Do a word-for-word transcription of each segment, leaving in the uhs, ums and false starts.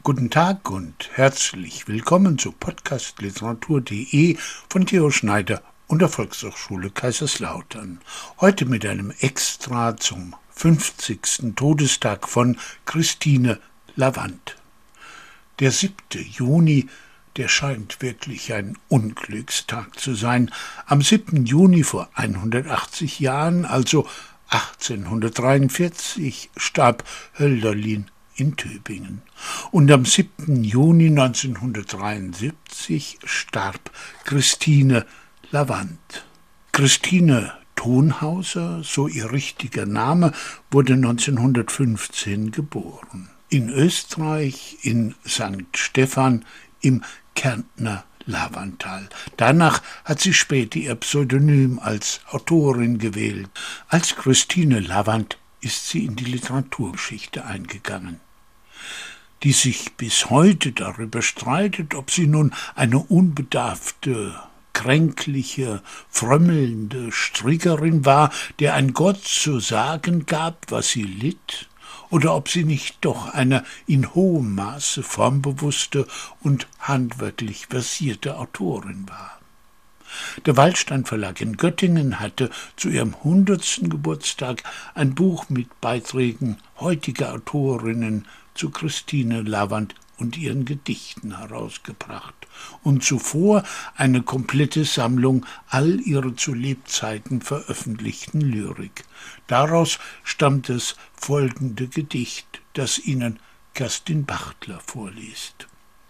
Guten Tag und herzlich willkommen zu podcast literatur punkt de von Theo Schneider und der Volkshochschule Kaiserslautern. Heute mit einem Extra zum fünfzigsten Todestag von Christine Lavand. Der siebte Juni, der scheint wirklich ein Unglückstag zu sein. Am siebten Juni vor hundertachtzig Jahren, also achtzehnhundertdreiundvierzig, starb Hölderlin in Tübingen. Und am siebten Juni neunzehnhundertdreiundsiebzig starb Christine Lavand. Christine Thonhauser, so ihr richtiger Name, wurde neunzehnhundertfünfzehn geboren. In Österreich, in Sankt Stephan im Kärntner Lavanttal. Danach hat sie später ihr Pseudonym als Autorin gewählt. Als Christine Lavand ist sie in die Literaturgeschichte eingegangen, die sich bis heute darüber streitet, ob sie nun eine unbedarfte, kränkliche, frömmelnde Strickerin war, der ein Gott zu sagen gab, was sie litt, oder ob sie nicht doch eine in hohem Maße formbewusste und handwerklich versierte Autorin war. Der Waldstein Verlag in Göttingen hatte zu ihrem hundertsten Geburtstag ein Buch mit Beiträgen heutiger Autorinnen zu Christine Lavand und ihren Gedichten herausgebracht und zuvor eine komplette Sammlung all ihrer zu Lebzeiten veröffentlichten Lyrik. Daraus stammt das folgende Gedicht, das Ihnen Kerstin Bachtler vorliest.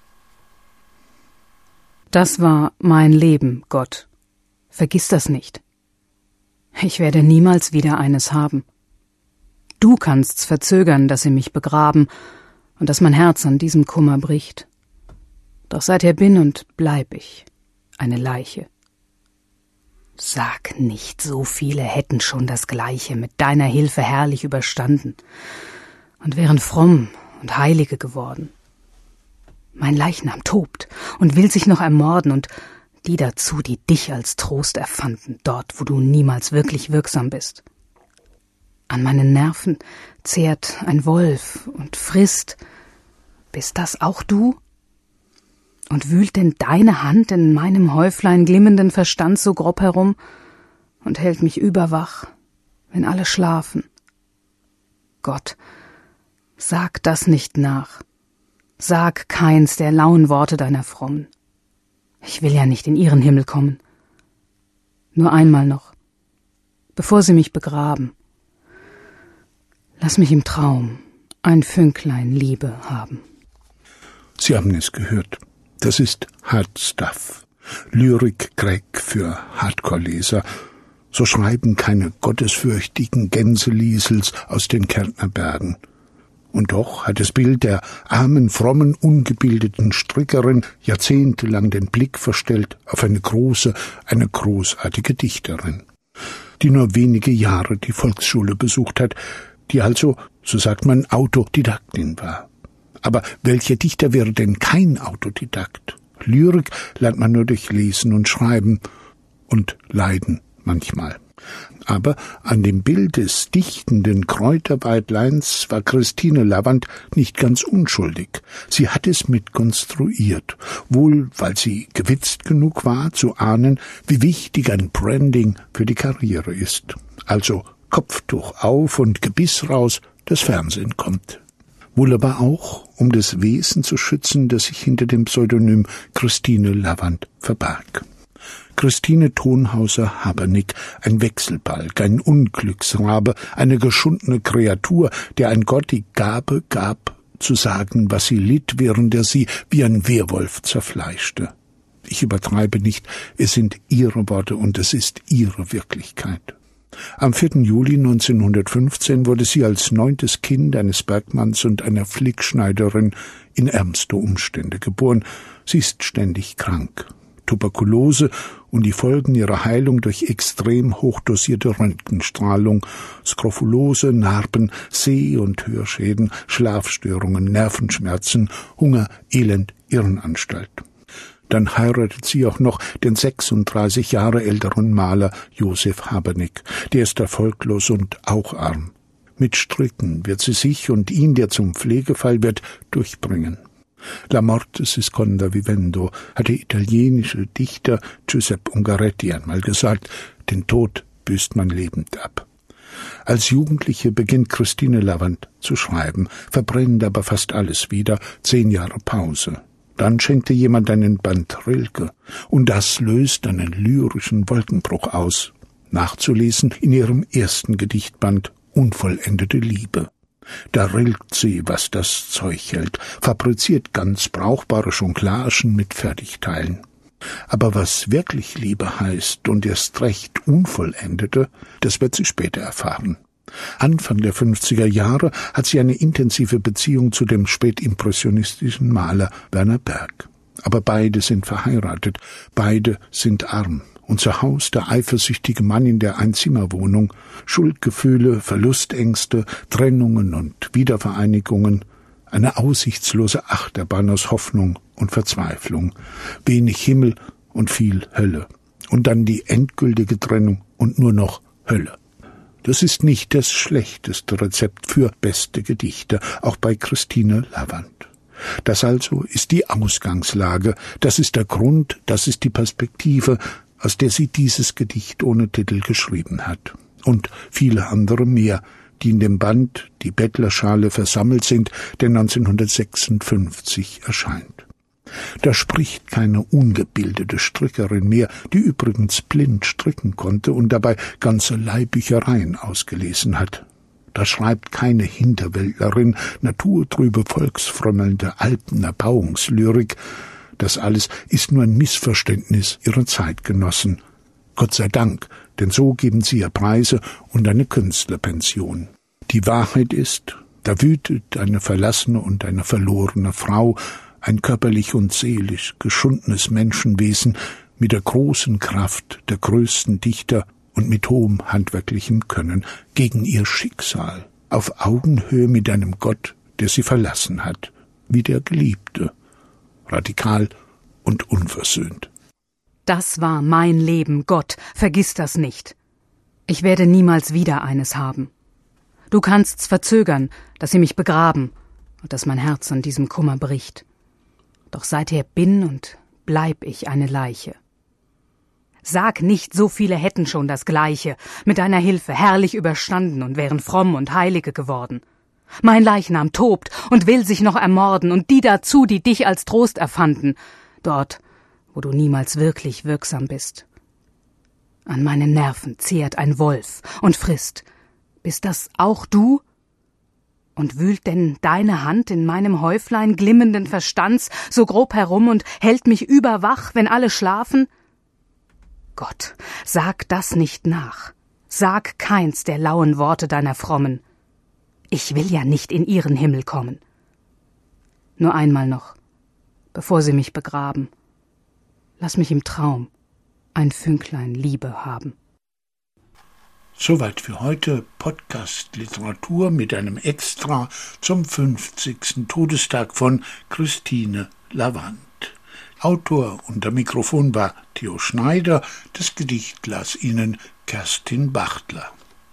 Das war mein Leben, Gott. Vergiss das nicht. Ich werde niemals wieder eines haben. Du kannst's verzögern, dass sie mich begraben und dass mein Herz an diesem Kummer bricht. Doch seither bin und bleib ich eine Leiche. Sag nicht, so viele hätten schon das Gleiche mit deiner Hilfe herrlich überstanden und wären fromm und Heilige geworden. Mein Leichnam tobt und will sich noch ermorden und die dazu, die dich als Trost erfanden, dort, wo du niemals wirklich wirksam bist. An meinen Nerven zehrt ein Wolf und frisst. Bist das auch du? Und wühlt denn deine Hand in meinem Häuflein glimmenden Verstand so grob herum und hält mich überwach, wenn alle schlafen? Gott, sag das nicht nach. Sag keins der lauen Worte deiner Frommen. Ich will ja nicht in ihren Himmel kommen. Nur einmal noch, bevor sie mich begraben. Lass mich im Traum ein Fünklein Liebe haben. Sie haben es gehört. Das ist Hard Stuff. Lyrik-Crack für Hardcore-Leser. So schreiben keine gottesfürchtigen Gänseliesels aus den Kärntner Bergen. Und doch hat das Bild der armen, frommen, ungebildeten Strickerin jahrzehntelang den Blick verstellt auf eine große, eine großartige Dichterin, die nur wenige Jahre die Volksschule besucht hat, die also, so sagt man, Autodidaktin war. Aber welcher Dichter wäre denn kein Autodidakt? Lyrik lernt man nur durch Lesen und Schreiben und Leiden manchmal. Aber an dem Bild des dichtenden Kräuterweidleins war Christine Lavand nicht ganz unschuldig. Sie hat es mitkonstruiert, wohl weil sie gewitzt genug war, zu ahnen, wie wichtig ein Branding für die Karriere ist. Also Kopftuch auf und Gebiss raus, das Fernsehen kommt. Wohl aber auch, um das Wesen zu schützen, das sich hinter dem Pseudonym Christine Lavand verbarg. Christine Thonhauser-Habernick, ein Wechselbalg, ein Unglücksrabe, eine geschundene Kreatur, der ein Gott die Gabe gab, zu sagen, was sie litt, während er sie wie ein Werwolf zerfleischte. Ich übertreibe nicht, es sind ihre Worte und es ist ihre Wirklichkeit. Am vierten Juli neunzehnhundertfünfzehn wurde sie als neuntes Kind eines Bergmanns und einer Flickschneiderin in ärmste Umstände geboren. Sie ist ständig krank. Tuberkulose und die Folgen ihrer Heilung durch extrem hochdosierte Röntgenstrahlung, Skrofulose, Narben, Seh- und Hörschäden, Schlafstörungen, Nervenschmerzen, Hunger, Elend, Irrenanstalt. Dann heiratet sie auch noch den sechsunddreißig Jahre älteren Maler Josef Habernick. Der ist erfolglos und auch arm. Mit Stricken wird sie sich und ihn, der zum Pflegefall wird, durchbringen. La morte si sconda vivendo, hat der italienische Dichter Giuseppe Ungaretti einmal gesagt, den Tod büßt man lebend ab. Als Jugendliche beginnt Christine Lavand zu schreiben, verbrennt aber fast alles wieder, zehn Jahre Pause. Dann schenkte jemand einen Band Rilke, und das löst einen lyrischen Wolkenbruch aus, nachzulesen in ihrem ersten Gedichtband Unvollendete Liebe. Da rilgt sie, was das Zeug hält, fabriziert ganz brauchbare Jonglagen mit Fertigteilen. Aber was wirklich Liebe heißt und erst recht Unvollendete, das wird sie später erfahren. Anfang der fünfziger Jahre hat sie eine intensive Beziehung zu dem spätimpressionistischen Maler Werner Berg. Aber beide sind verheiratet, beide sind arm. Und zu Hause der eifersüchtige Mann in der Einzimmerwohnung, Schuldgefühle, Verlustängste, Trennungen und Wiedervereinigungen, eine aussichtslose Achterbahn aus Hoffnung und Verzweiflung, wenig Himmel und viel Hölle. Und dann die endgültige Trennung und nur noch Hölle. Das ist nicht das schlechteste Rezept für beste Gedichte, auch bei Christine Lavand. Das also ist die Ausgangslage, das ist der Grund, das ist die Perspektive, aus der sie dieses Gedicht ohne Titel geschrieben hat. Und viele andere mehr, die in dem Band Die Bettlerschale versammelt sind, der neunzehnhundertsechsundfünfzig erscheint. Da spricht keine ungebildete Strickerin mehr, die übrigens blind stricken konnte und dabei ganze Leihbüchereien ausgelesen hat. Da schreibt keine Hinterwäldlerin naturtrübe, volksfrömmelnde Alpenerbauungslyrik. Das alles ist nur ein Missverständnis ihrer Zeitgenossen. Gott sei Dank, denn so geben sie ihr Preise und eine Künstlerpension. Die Wahrheit ist, da wütet eine verlassene und eine verlorene Frau, ein körperlich und seelisch geschundenes Menschenwesen mit der großen Kraft der größten Dichter und mit hohem handwerklichem Können gegen ihr Schicksal, auf Augenhöhe mit einem Gott, der sie verlassen hat, wie der Geliebte, radikal und unversöhnt. Das war mein Leben, Gott, vergiss das nicht. Ich werde niemals wieder eines haben. Du kannst's verzögern, dass sie mich begraben und dass mein Herz an diesem Kummer bricht. Doch seither bin und bleib ich eine Leiche. Sag nicht, so viele hätten schon das Gleiche, mit deiner Hilfe herrlich überstanden und wären fromm und Heilige geworden. Mein Leichnam tobt und will sich noch ermorden, und die dazu, die dich als Trost erfanden, dort, wo du niemals wirklich wirksam bist. An meinen Nerven zehrt ein Wolf und frisst. Bist das auch du? Und wühlt denn deine Hand in meinem Häuflein glimmenden Verstands so grob herum und hält mich überwach, wenn alle schlafen? Gott, sag das nicht nach. Sag keins der lauen Worte deiner Frommen. Ich will ja nicht in ihren Himmel kommen. Nur einmal noch, bevor sie mich begraben. Lass mich im Traum ein Fünklein Liebe haben. Soweit für heute Podcast Literatur mit einem Extra zum fünfzigsten Todestag von Christine Lavand. Autor unter Mikrofon war Theo Schneider, das Gedicht las Ihnen Kerstin Bachtler.